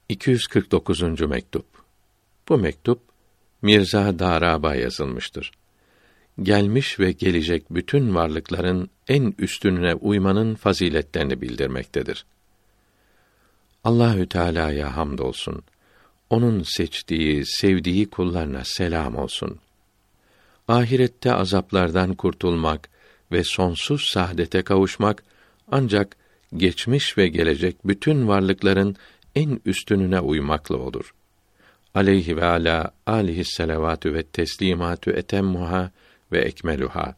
249. mektup. Bu mektup Mirza Darab'a yazılmıştır. Gelmiş ve gelecek bütün varlıkların en üstününe uymanın faziletlerini bildirmektedir. Allahü Teala'ya hamdolsun. Onun seçtiği, sevdiği kullarına selam olsun. Ahirette azaplardan kurtulmak ve sonsuz saadete kavuşmak ancak geçmiş ve gelecek bütün varlıkların en üstününe uymakla olur. Aleyhi ve ala alihi selavatü ve teslimatü etemmuha ve ekmeluha.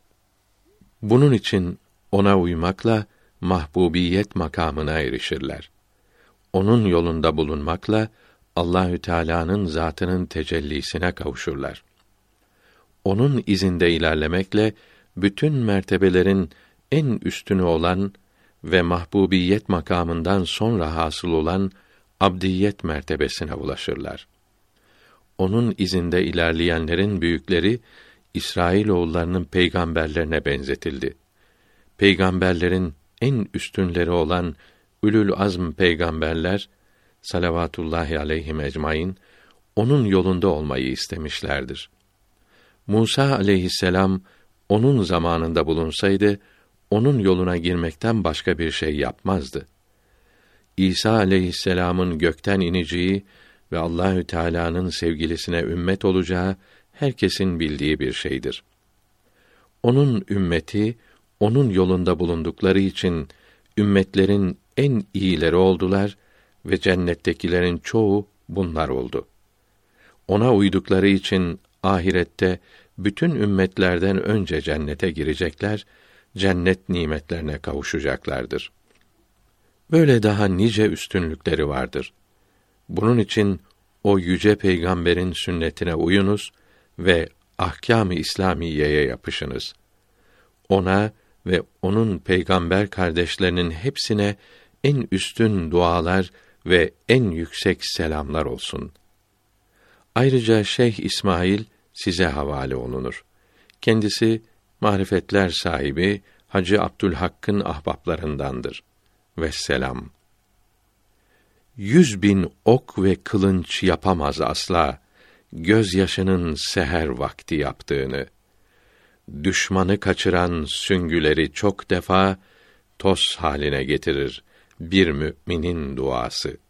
Bunun için ona uymakla mahbubiyet makamına erişirler. Onun yolunda bulunmakla Allahü Teala'nın zatının tecellisine kavuşurlar. Onun izinde ilerlemekle bütün mertebelerin en üstünü olan ve mahbubiyet makamından sonra hasıl olan abdiyet mertebesine ulaşırlar. Onun izinde ilerleyenlerin büyükleri İsrailoğullarının peygamberlerine benzetildi. Peygamberlerin en üstünleri olan Ülül Azm peygamberler salavatullahi aleyhim ecmaîn onun yolunda olmayı istemişlerdir. Musa aleyhisselam onun zamanında bulunsaydı onun yoluna girmekten başka bir şey yapmazdı. İsa aleyhisselam'ın gökten ineceği ve Allahü Teala'nın sevgilisine ümmet olacağı herkesin bildiği bir şeydir. Onun ümmeti onun yolunda bulundukları için ümmetlerin en iyileri oldular ve cennettekilerin çoğu bunlar oldu. Ona uydukları için ahirette bütün ümmetlerden önce cennete girecekler, cennet nimetlerine kavuşacaklardır. Böyle daha nice üstünlükleri vardır. Bunun için o yüce peygamberin sünnetine uyunuz ve ahkâm-ı İslamiyeye yapışınız. Ona ve onun peygamber kardeşlerinin hepsine en üstün dualar ve en yüksek selamlar olsun. Ayrıca Şeyh İsmail size havale olunur. Kendisi marifetler sahibi Hacı Abdülhakk'ın ahbaplarındandır. Vesselam. 100.000 ok ve kılınç yapamaz asla, gözyaşının seher vakti yaptığını. Düşmanı kaçıran süngüleri çok defa toz haline getirir bir müminin duası.